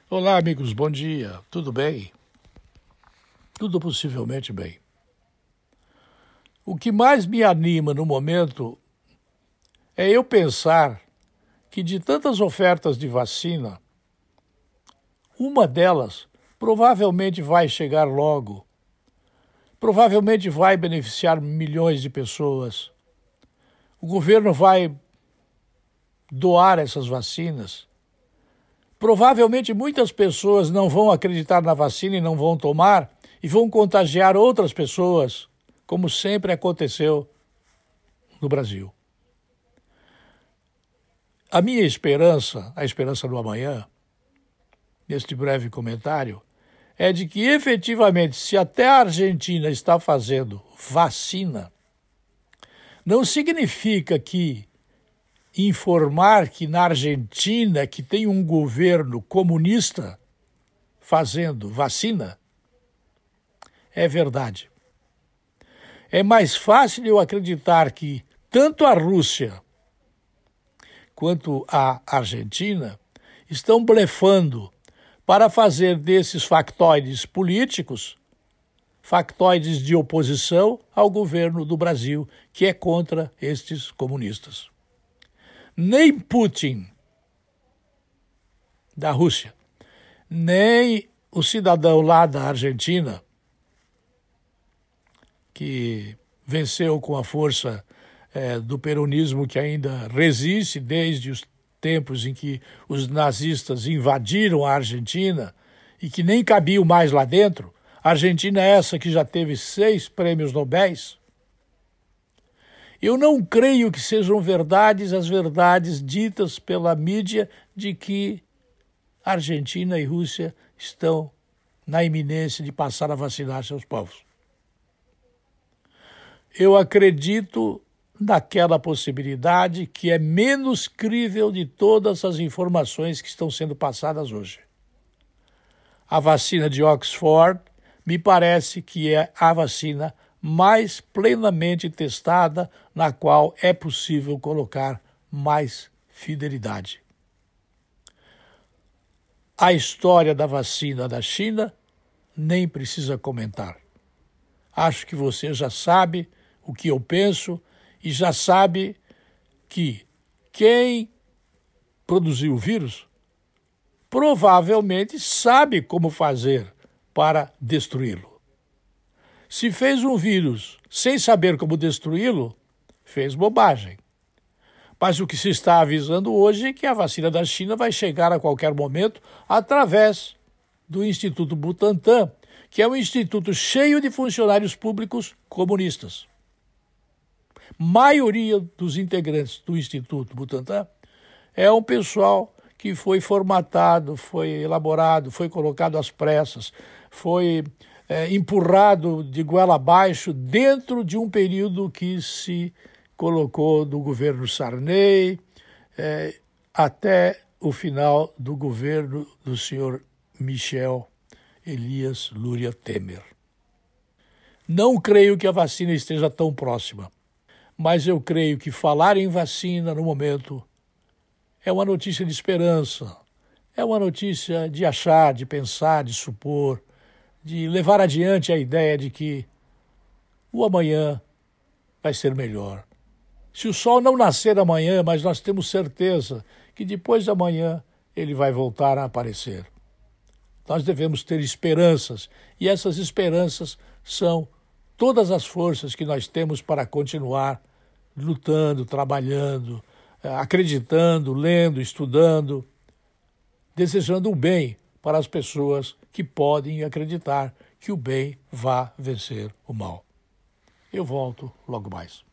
Olá, amigos, bom dia. Tudo bem? Tudo possivelmente bem. O que mais me anima no momento é eu pensar que de tantas ofertas de vacina, uma delas provavelmente vai chegar logo, provavelmente vai beneficiar milhões de pessoas. O governo vai doar essas vacinas. Provavelmente muitas pessoas não vão acreditar na vacina e não vão tomar e vão contagiar outras pessoas, como sempre aconteceu no Brasil. A minha esperança, a esperança do amanhã, neste breve comentário, é de que efetivamente, se até a Argentina está fazendo vacina, não significa que informar que na Argentina, que tem um governo comunista fazendo vacina, é verdade. É mais fácil eu acreditar que tanto a Rússia quanto a Argentina estão blefando para fazer desses factoides políticos factoides de oposição ao governo do Brasil, que é contra estes comunistas. Nem Putin, da Rússia, nem o cidadão lá da Argentina, que venceu com a força do peronismo que ainda resiste desde os tempos em que os nazistas invadiram a Argentina e que nem cabiam mais lá dentro. A Argentina é essa que já teve 6 prêmios Nobéis. Eu não creio que sejam verdades as verdades ditas pela mídia de que Argentina e Rússia estão na iminência de passar a vacinar seus povos. Eu acredito naquela possibilidade que é menos crível de todas as informações que estão sendo passadas hoje. A vacina de Oxford me parece que é a vacina mais plenamente testada, na qual é possível colocar mais fidelidade. A história da vacina da China nem precisa comentar. Acho que você já sabe o que eu penso e já sabe que quem produziu o vírus provavelmente sabe como fazer para destruí-lo. Se fez um vírus sem saber como destruí-lo, fez bobagem. Mas o que se está avisando hoje é que a vacina da China vai chegar a qualquer momento através do Instituto Butantan, que é um instituto cheio de funcionários públicos comunistas. Maioria dos integrantes do Instituto Butantan é um pessoal que foi formatado, foi elaborado, foi colocado às pressas, foi empurrado de goela abaixo dentro de um período que se colocou do governo Sarney até o final do governo do senhor Michel Elias Luria Temer. Não creio que a vacina esteja tão próxima, mas eu creio que falar em vacina no momento é uma notícia de esperança, é uma notícia de achar, de pensar, de supor, de levar adiante a ideia de que o amanhã vai ser melhor. Se o sol não nascer amanhã, mas nós temos certeza que depois de amanhã ele vai voltar a aparecer. Nós devemos ter esperanças, e essas esperanças são todas as forças que nós temos para continuar lutando, trabalhando, acreditando, lendo, estudando, desejando o bem para as pessoas que podem acreditar que o bem vá vencer o mal. Eu volto logo mais.